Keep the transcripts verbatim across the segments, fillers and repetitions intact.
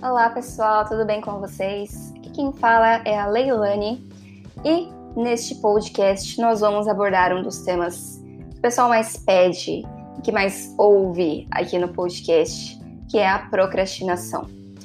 Olá pessoal, tudo bem com vocês? Aqui quem fala é a Leilane e neste podcast nós vamos abordar um dos temas que o pessoal mais pede e que mais ouve aqui no podcast, que é a procrastinação.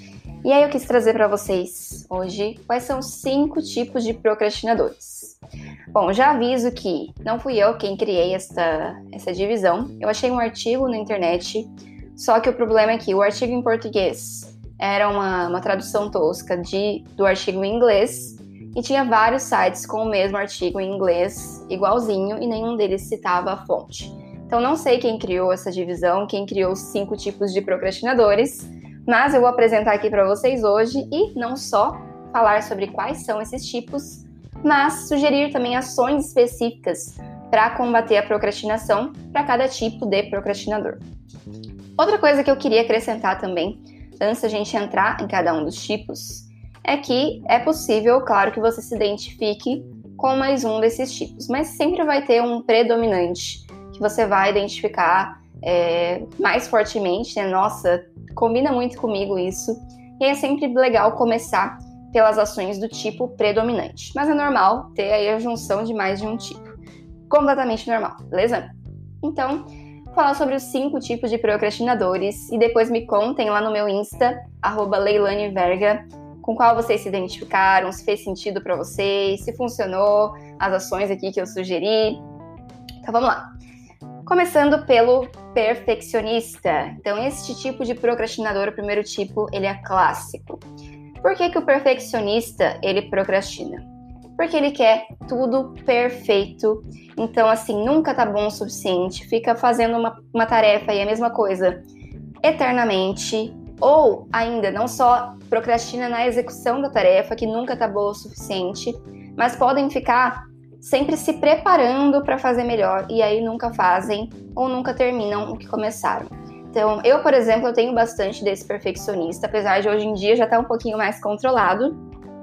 E aí eu quis trazer para vocês hoje quais são os cinco tipos de procrastinadores. Bom, já aviso que não fui eu quem criei esta, essa divisão, eu achei um artigo na internet, só que o problema é que o artigo em português era uma, uma tradução tosca de, do artigo em inglês e tinha vários sites com o mesmo artigo em inglês igualzinho e nenhum deles citava a fonte. Então não sei quem criou essa divisão, quem criou os cinco tipos de procrastinadores, mas eu vou apresentar aqui para vocês hoje e não só falar sobre quais são esses tipos, mas sugerir também ações específicas para combater a procrastinação para cada tipo de procrastinador. Outra coisa que eu queria acrescentar também, antes da gente entrar em cada um dos tipos, é que é possível, claro, que você se identifique com mais um desses tipos, mas sempre vai ter um predominante que você vai identificar é, mais fortemente, né? Nossa, combina muito comigo isso. E é sempre legal começar pelas ações do tipo predominante. Mas é normal ter aí a junção de mais de um tipo. Completamente normal, beleza? Então, vou falar sobre os cinco tipos de procrastinadores e depois me contem lá no meu Insta, arroba leilaneverga, com qual vocês se identificaram, se fez sentido para vocês, se funcionou, as ações aqui que eu sugeri. Então vamos lá. Começando pelo perfeccionista. Então este tipo de procrastinador, o primeiro tipo, ele é clássico. Por que que o perfeccionista, ele procrastina? Porque ele quer tudo perfeito, então assim, nunca tá bom o suficiente, fica fazendo uma, uma tarefa e a mesma coisa eternamente, ou ainda não só procrastina na execução da tarefa, que nunca tá boa o suficiente, mas podem ficar sempre se preparando para fazer melhor e aí nunca fazem ou nunca terminam o que começaram. Então, eu, por exemplo, eu tenho bastante desse perfeccionista, apesar de hoje em dia já estar um pouquinho mais controlado.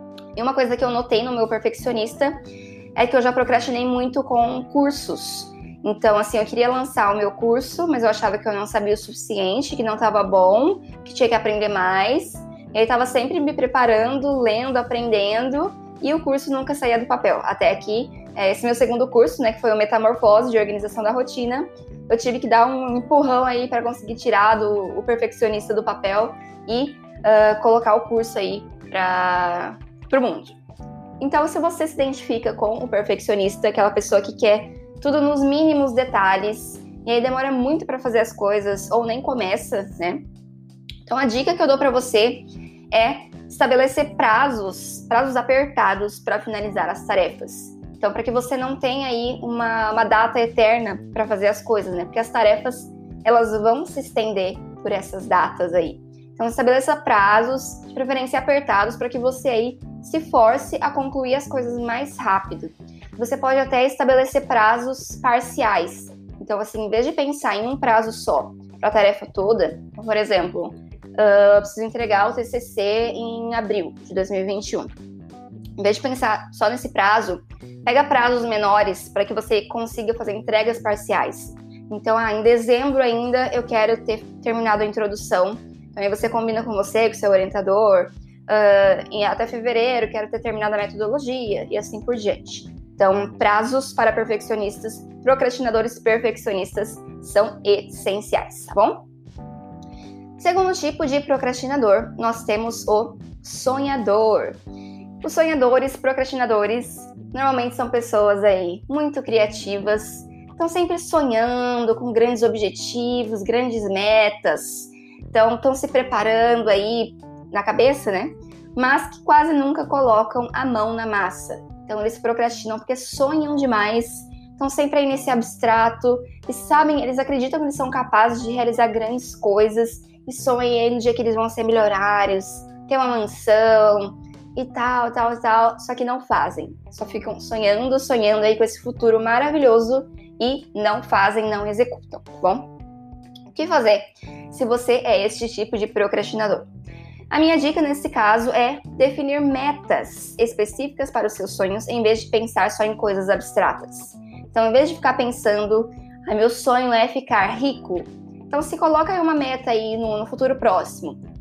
E uma coisa que eu notei no meu perfeccionista é que eu já procrastinei muito com cursos. Então, assim, eu queria lançar o meu curso, mas eu achava que eu não sabia o suficiente, que não estava bom, que tinha que aprender mais. E aí estava sempre me preparando, lendo, aprendendo, e o curso nunca saía do papel. Até que é, esse meu segundo curso, né, que foi o Metamorfose de Organização da Rotina, eu tive que dar um empurrão aí para conseguir tirar do, o perfeccionista do papel e uh, colocar o curso aí para o mundo. Então, se você se identifica com o perfeccionista, aquela pessoa que quer tudo nos mínimos detalhes, e aí demora muito para fazer as coisas, ou nem começa, né? Então, a dica que eu dou para você é estabelecer prazos, prazos apertados para finalizar as tarefas. Então, para que você não tenha aí uma, uma data eterna para fazer as coisas, né? Porque as tarefas, elas vão se estender por essas datas aí. Então, estabeleça prazos, de preferência apertados, para que você aí se force a concluir as coisas mais rápido. Você pode até estabelecer prazos parciais. Então, assim, em vez de pensar em um prazo só para a tarefa toda, por exemplo, uh, eu preciso entregar o T C C em abril de dois mil e vinte e um. Em vez de pensar só nesse prazo, pega prazos menores para que você consiga fazer entregas parciais. Então, ah, em dezembro ainda eu quero ter terminado a introdução. Então, aí você combina com você, com o seu orientador. Uh, e até fevereiro quero ter terminado a metodologia e assim por diante. Então, prazos para perfeccionistas, procrastinadores perfeccionistas são essenciais, tá bom? Segundo tipo de procrastinador, nós temos o sonhador. Os sonhadores, procrastinadores, normalmente são pessoas aí muito criativas, estão sempre sonhando com grandes objetivos, grandes metas, então estão se preparando aí na cabeça, né? Mas que quase nunca colocam a mão na massa. Então eles procrastinam porque sonham demais, estão sempre aí nesse abstrato e sabem, eles acreditam que eles são capazes de realizar grandes coisas e sonham aí no dia que eles vão ser milionários, ter uma mansão e tal, tal, tal, só que não fazem. Só ficam sonhando, sonhando aí com esse futuro maravilhoso e não fazem, não executam, tá bom? O que fazer se você é este tipo de procrastinador? A minha dica nesse caso é definir metas específicas para os seus sonhos em vez de pensar só em coisas abstratas. Então, em vez de ficar pensando, ah, meu sonho é ficar rico, então se coloca aí uma meta aí no, no futuro próximo.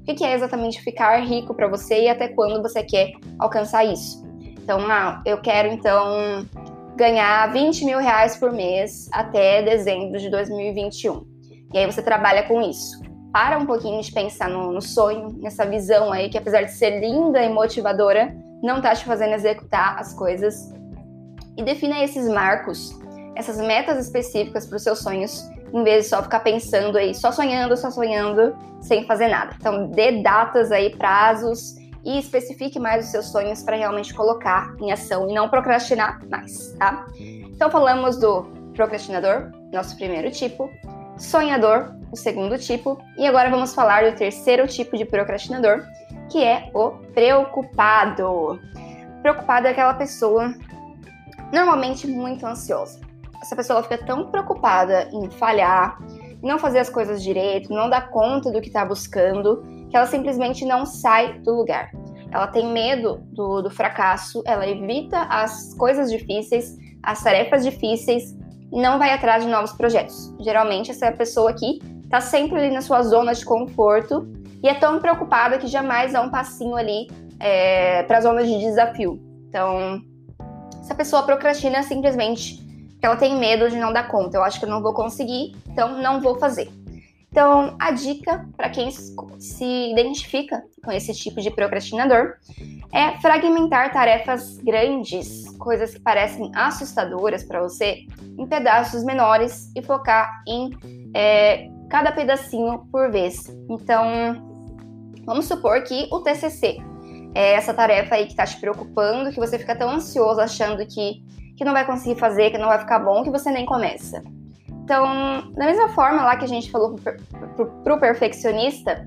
o que é exatamente ficar rico para você e até quando você quer alcançar isso. Então, ah, eu quero, então, ganhar vinte mil reais por mês até dezembro de dois mil e vinte e um. E aí você trabalha com isso. Para um pouquinho de pensar no, no sonho, nessa visão aí que, apesar de ser linda e motivadora, não tá te fazendo executar as coisas. E defina esses marcos, essas metas específicas para os seus sonhos, em vez de só ficar pensando aí, só sonhando, só sonhando, sem fazer nada. Então, dê datas aí, prazos, e especifique mais os seus sonhos para realmente colocar em ação e não procrastinar mais, tá? Então, falamos do procrastinador, nosso primeiro tipo, sonhador, o segundo tipo, e agora vamos falar do terceiro tipo de procrastinador, que é o preocupado. Preocupado é aquela pessoa normalmente muito ansiosa. Essa pessoa fica tão preocupada em falhar, em não fazer as coisas direito, não dar conta do que está buscando, que ela simplesmente não sai do lugar. Ela tem medo do, do fracasso, ela evita as coisas difíceis, as tarefas difíceis e não vai atrás de novos projetos. Geralmente essa pessoa aqui está sempre ali na sua zona de conforto e é tão preocupada que jamais dá um passinho ali é, para a zona de desafio. Então, essa pessoa procrastina simplesmente porque ela tem medo de não dar conta. Eu acho que eu não vou conseguir, então não vou fazer. Então, a dica para quem se identifica com esse tipo de procrastinador é fragmentar tarefas grandes, coisas que parecem assustadoras para você, em pedaços menores e focar em é, cada pedacinho por vez. Então, vamos supor que o T C C é essa tarefa aí que está te preocupando, que você fica tão ansioso achando que, que não vai conseguir fazer, que não vai ficar bom, que você nem começa. Então, da mesma forma lá que a gente falou para o perfeccionista,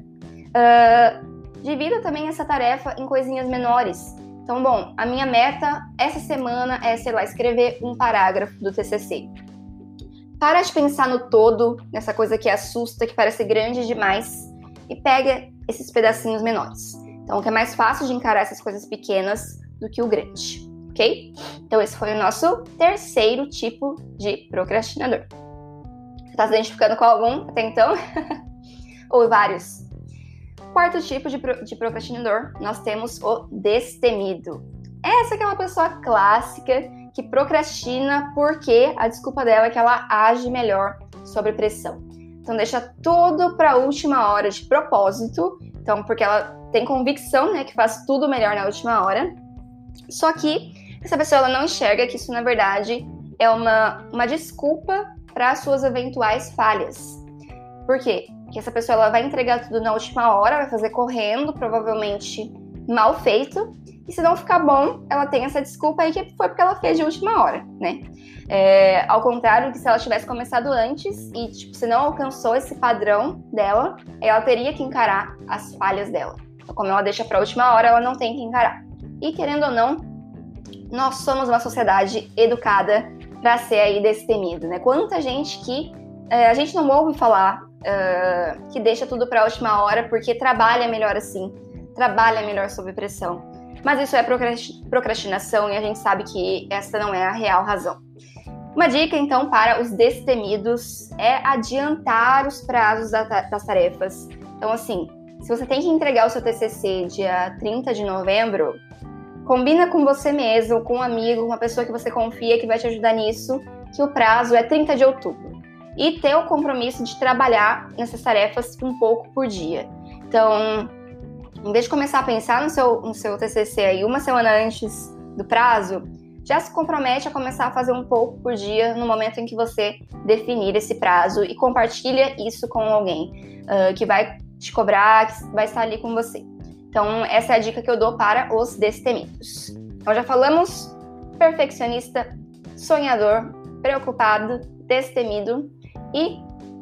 uh, divida também essa tarefa em coisinhas menores. Então, bom, a minha meta essa semana é, sei lá, escrever um parágrafo do T C C. Para de pensar no todo, nessa coisa que assusta, que parece grande demais, e pega esses pedacinhos menores. Então, que é mais fácil de encarar essas coisas pequenas do que o grande, ok? Então, esse foi o nosso terceiro tipo de procrastinador. Você está se identificando com algum até então? Ou vários? Quarto tipo de, pro, de procrastinador, nós temos o destemido. Essa que é uma pessoa clássica que procrastina porque a desculpa dela é que ela age melhor sob pressão. Então deixa tudo para a última hora de propósito, então porque ela tem convicção, né, que faz tudo melhor na última hora. Só que essa pessoa ela não enxerga que isso na verdade é uma, uma desculpa para as suas eventuais falhas. Por quê? Porque essa pessoa ela vai entregar tudo na última hora, vai fazer correndo, provavelmente mal feito, e se não ficar bom, ela tem essa desculpa aí que foi porque ela fez de última hora, né? É, ao contrário que se ela tivesse começado antes e tipo, se não alcançou esse padrão dela, ela teria que encarar as falhas dela. Então, como ela deixa para a última hora, ela não tem que encarar. E querendo ou não, nós somos uma sociedade educada para ser aí destemido, né? Quanta gente que é, a gente não ouve falar uh, que deixa tudo para a última hora porque trabalha melhor assim, trabalha melhor sob pressão. Mas isso é procrastinação e a gente sabe que essa não é a real razão. Uma dica, então, para os destemidos é adiantar os prazos das tarefas. Então, assim, se você tem que entregar o seu T C C dia trinta de novembro, combina com você mesmo, com um amigo, uma pessoa que você confia que vai te ajudar nisso, que o prazo é trinta de outubro. E ter o compromisso de trabalhar nessas tarefas um pouco por dia. Então, em vez de começar a pensar no seu, no seu T C C aí uma semana antes do prazo, já se compromete a começar a fazer um pouco por dia no momento em que você definir esse prazo e compartilha isso com alguém uh, que vai te cobrar, que vai estar ali com você. Então, essa é a dica que eu dou para os destemidos. Então, já falamos perfeccionista, sonhador, preocupado, destemido e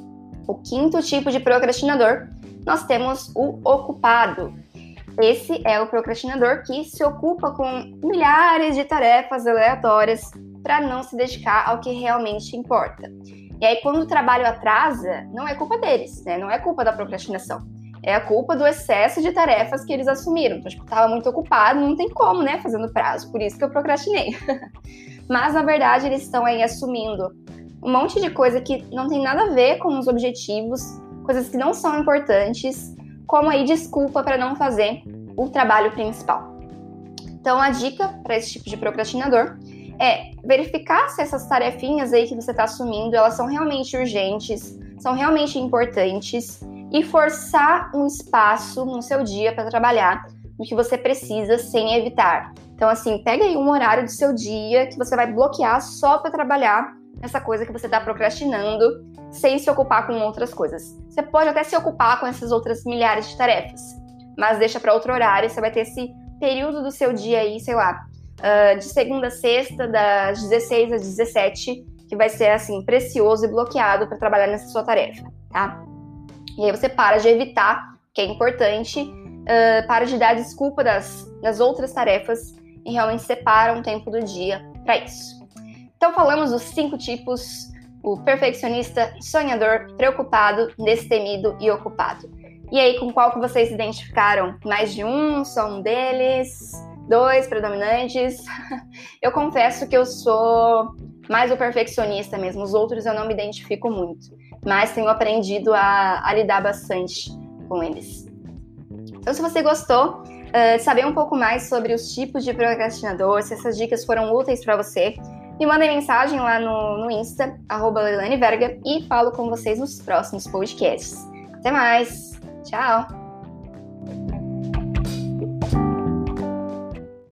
o quinto tipo de procrastinador, nós temos o ocupado. Esse é o procrastinador que se ocupa com milhares de tarefas aleatórias para não se dedicar ao que realmente importa. E aí, quando o trabalho atrasa, não é culpa deles, né? Não é culpa da procrastinação. É a culpa do excesso de tarefas que eles assumiram. Então, tipo, tava muito ocupado, não tem como, né, fazendo prazo. Por isso que eu procrastinei. Mas, na verdade, eles estão aí assumindo um monte de coisa que não tem nada a ver com os objetivos, coisas que não são importantes, como aí desculpa para não fazer o trabalho principal. Então, a dica para esse tipo de procrastinador é verificar se essas tarefinhas aí que você está assumindo, elas são realmente urgentes, são realmente importantes e forçar um espaço no seu dia para trabalhar no que você precisa sem evitar. Então, assim, pega aí um horário do seu dia que você vai bloquear só para trabalhar essa coisa que você está procrastinando, sem se ocupar com outras coisas. Você pode até se ocupar com essas outras milhares de tarefas, mas deixa para outro horário, você vai ter esse período do seu dia aí, sei lá, de segunda a sexta, das dezesseis às dezessete, que vai ser, assim, precioso e bloqueado para trabalhar nessa sua tarefa, tá? E aí você para de evitar, que é importante, uh, para de dar desculpa das, das outras tarefas e realmente separa um tempo do dia para isso. Então falamos dos cinco tipos: o perfeccionista, sonhador, preocupado, destemido e ocupado. E aí, com qual que vocês se identificaram? Mais de um? Só um deles? Dois predominantes? Eu confesso que eu sou mais o perfeccionista mesmo, os outros eu não me identifico muito, mas tenho aprendido a, a lidar bastante com eles. Então, se você gostou uh, de saber um pouco mais sobre os tipos de procrastinador, se essas dicas foram úteis para você, me mandem mensagem lá no, no Insta, arroba Leilane Verga, e falo com vocês nos próximos podcasts. Até mais! Tchau!